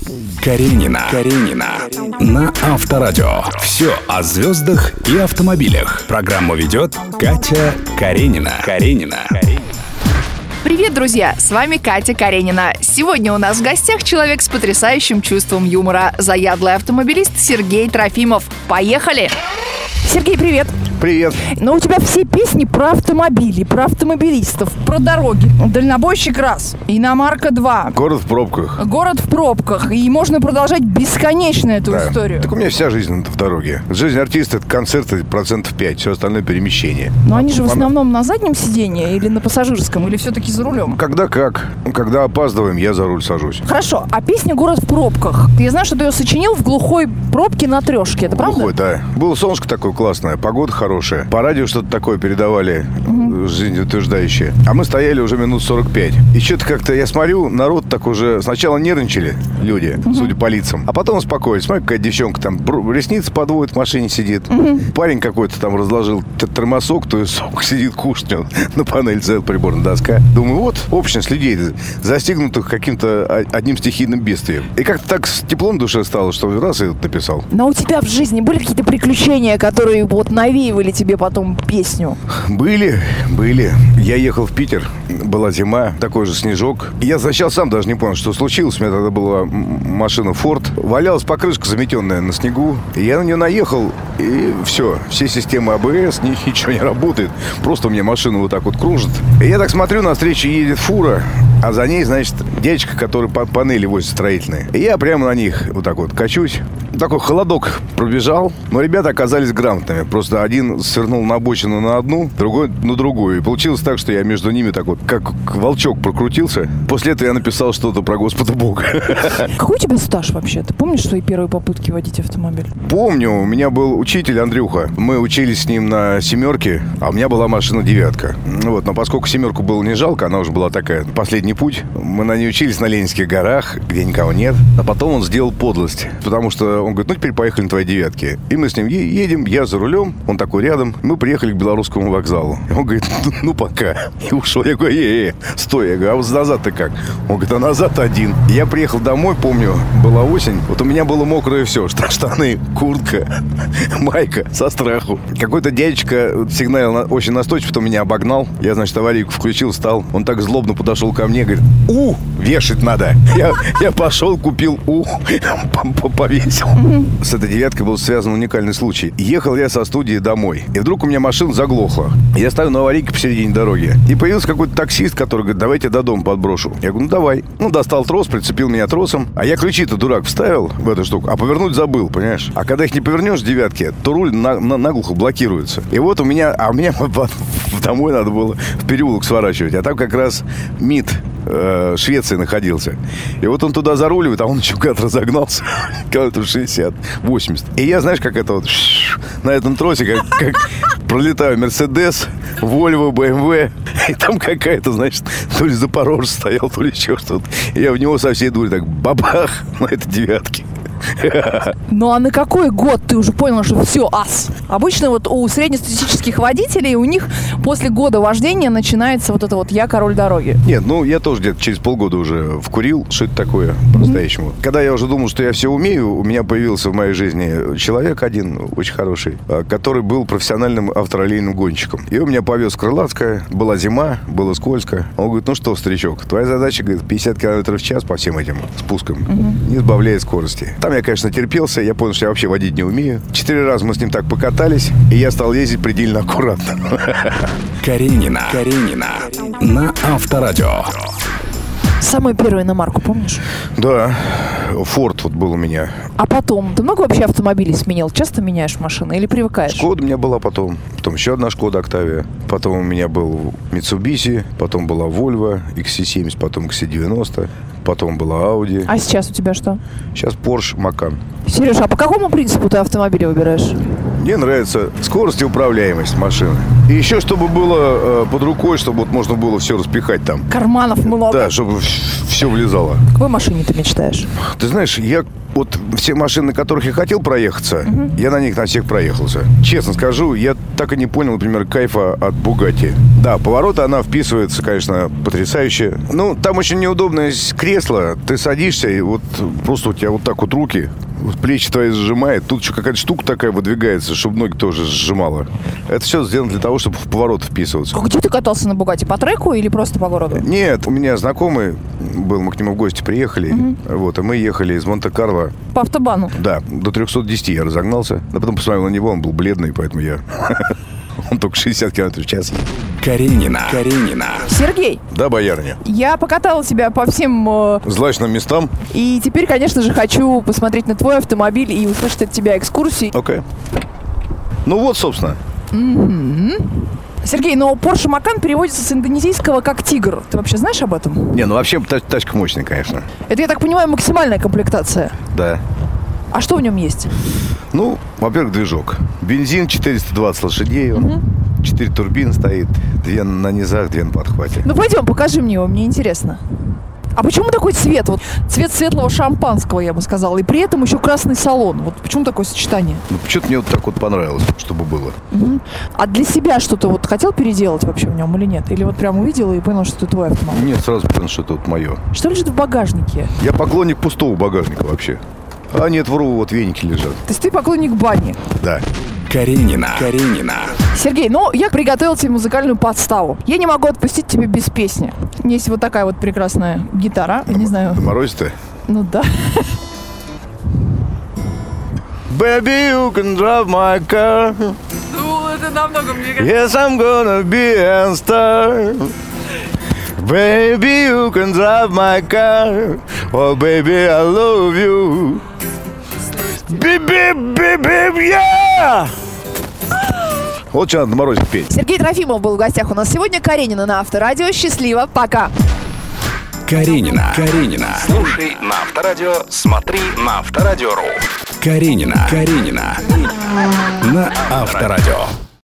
Каренина. На Авторадио. Все о звездах и автомобилях. Программу ведет Катя Каренина. Привет, друзья! С вами Катя Каренина. Сегодня у нас в гостях человек с потрясающим чувством юмора. Заядлый автомобилист Сергей Трофимов. Поехали! Сергей, привет! Привет. Но у тебя все песни про автомобили, про автомобилистов, про дороги. Дальнобойщик раз, иномарка 2. Город в пробках. Город в пробках. И можно продолжать бесконечно эту историю. Так у меня вся жизнь в дороге. Жизнь артиста — это концерты 5%, все остальное перемещение. Но они же в основном на заднем сиденье или на пассажирском, или все-таки за рулем? Когда как. Когда опаздываем, я за руль сажусь. Хорошо, а песня «Город в пробках». Я знаю, что ты ее сочинил в глухой пробке на трешке, это правда? Глухой, да. Было солнышко такое классное, погода хорошая. По радио что-то такое передавали, жизнеутверждающее. А мы стояли уже минут 45. И что-то как-то, я смотрю, народ так уже... Сначала нервничали люди, судя по лицам. А потом успокоились. Смотри, какая девчонка там ресницы подводит, в машине сидит. Парень какой-то там разложил термосок, то есть сок сидит, кушает на панели, стоит приборная доска. Думаю, вот общность людей, застигнутых каким-то одним стихийным бедствием. И как-то так с теплом в душе стало, что раз и написал. Но у тебя в жизни были какие-то приключения, которые вот навеивали тебе потом песню? Были. Я ехал в Питер, была зима, такой же снежок. И я сначала сам даже не понял, что случилось. У меня тогда была машина Ford. Валялась покрышка заметенная на снегу. И я на нее наехал, и все системы АБС, ничего не работает. Просто у меня машина вот так вот кружит. И я так смотрю, навстречу едет фура, а за ней, значит, дядечка, который панели возит строительные. И я прямо на них вот так вот качусь. Такой холодок пробежал, но ребята оказались грамотными. Просто один свернул на обочину на одну, другой на другую. И получилось так, что я между ними так вот, как волчок, прокрутился. После этого я написал что-то про Господа Бога. Какой у тебя стаж вообще? Ты помнишь свои первые попытки водить автомобиль? Помню, у меня был учитель Андрюха. Мы учились с ним на семерке, а у меня была машина 9. Вот, но поскольку семерку было не жалко, она уже была такая, последний путь. Мы на ней учились на Ленинских горах, где никого нет. А потом он сделал подлость, потому что он говорит, ну теперь поехали на твои 9. И мы с ним едем, я за рулем, он такой рядом. Мы приехали к Белорусскому вокзалу. И он говорит, ну пока. И ушел. Я говорю, стой. Я говорю, а вот назад-то как? Он говорит, а назад один. Я приехал домой, помню, была осень. Вот у меня было мокрое все. Штаны, куртка, майка со страху. Какой-то дядечка сигналил очень настойчиво, потом меня обогнал. Я, значит, аварийку включил, встал. Он так злобно подошел ко мне, говорит, вешать надо. Я пошел, купил повесил. С этой 9 был связан уникальный случай. Ехал я со студии домой. И вдруг у меня машина заглохла. Я стою на аварийке посередине дороги. И появился какой-то таксист, который говорит, давайте до дома подброшу. Я говорю, ну давай. Ну, достал трос, прицепил меня тросом. А я ключи-то, дурак, вставил в эту штуку, а повернуть забыл, понимаешь? А когда их не повернешь, 9, то руль наглухо блокируется. И вот у меня домой надо было в переулок сворачивать. А там как раз МИД Швеции находился. И вот он туда заруливает, а он еще гад разогнался. Километров 60, 80. И я, знаешь, как это вот на этом тросе, как пролетаю Мерседес, Вольво, БМВ. И там какая-то, значит, то ли Запорожец стоял, то ли еще что-то. И я в него со всей дури так бабах на этой 9. Ну а на какой год ты уже понял, что все, ас? Обычно вот у среднестатистических водителей, у них после года вождения начинается вот это вот «я король дороги». Нет, ну я тоже где-то через полгода уже вкурил, что это такое по-настоящему. Когда я уже думал, что я все умею, у меня появился в моей жизни человек один, очень хороший, который был профессиональным автораллийным гонщиком. И он меня повез в Крылатское, была зима, было скользко. Он говорит, ну что, старичок, твоя задача, говорит, 50 км в час по всем этим спускам, не сбавляя скорости. Там я, конечно, терпелся, я понял, что я вообще водить не умею. 4 раза мы с ним так покатались, и я стал ездить предельно аккуратно. Каренина. На Авторадио. Самую первую иномарку помнишь? Да, Форд вот был у меня. А потом? Ты много вообще автомобилей сменил? Часто меняешь машины или привыкаешь? Шкода у меня была потом еще одна Шкода Октавия. Потом у меня был Mitsubishi, потом была Volvo XC70, потом XC90, потом была Audi. А сейчас у тебя что? Сейчас Porsche Macan. Сереж, а по какому принципу ты автомобили выбираешь? Мне нравится скорость и управляемость машины. И еще, чтобы было под рукой, чтобы вот можно было все распихать там. Карманов много. Да, чтобы все влезало. В какой машине ты мечтаешь? Ты знаешь, я вот все машины, на которых я хотел проехаться, я на них на всех проехался. Честно скажу, я так и не понял, например, кайфа от Bugatti. Да, повороты она вписывается, конечно, потрясающе. Ну, там очень неудобное кресло. Ты садишься, и вот просто у тебя вот так вот руки, вот плечи твои сжимает. Тут еще какая-то штука такая выдвигается, чтобы ноги тоже сжимало. Это все сделано для того, чтобы в поворот вписываться. А где ты катался на Бугатти? По треку или просто по городу? Нет, у меня знакомый был, мы к нему в гости приехали. Вот, и мы ехали из Монте-Карло. По автобану? Да, до 310 я разогнался. Но потом посмотрел на него, он был бледный, поэтому я... Он только 60 км в час. Каренина. Сергей. Да, боярыня. Я покатала тебя по всем... Злачным местам. И теперь, конечно же, хочу посмотреть на твой автомобиль и услышать от тебя экскурсии. Окей. Ну вот, собственно. Сергей, но Porsche Macan переводится с индонезийского как «тигр». Ты вообще знаешь об этом? Не, ну вообще тачка мощная, конечно. Это, я так понимаю, максимальная комплектация. Да. А что в нем есть? Ну, во-первых, движок. Бензин 420 лошадей. 4 турбины стоит. 2 на низах, 2 на подхвате. Ну, пойдем, покажи мне его, мне интересно. А почему такой цвет? Вот цвет светлого шампанского, я бы сказала. И при этом еще красный салон. Вот почему такое сочетание? Ну, почему-то мне вот так вот понравилось, чтобы было. А для себя что-то вот хотел переделать вообще в нем или нет? Или вот прям увидел и понял, что это твой автомобиль? Нет, сразу понял, что это вот мое. Что лежит в багажнике? Я поклонник пустого багажника вообще. А нет, вру, вот веники лежат. То есть ты поклонник бани? Да. Каренина. Сергей, ну, я приготовил тебе музыкальную подставу. Я не могу отпустить тебя без песни. Есть вот такая вот прекрасная гитара. Я не знаю. На морозе-то? Ну да. Baby, you can drive my car. Ну, это намного мне Yes, I'm gonna be a star. Baby, you can drive my car. Oh, baby, I love you. Бип-бип-бип-бип, yeah! Вот что надо на морозе петь. Сергей Трофимов был в гостях у нас сегодня. Каренина на Авторадио. Счастливо, пока. Каренина. Слушай на Авторадио, смотри на Авторадио.ру. Каренина. На Авторадио.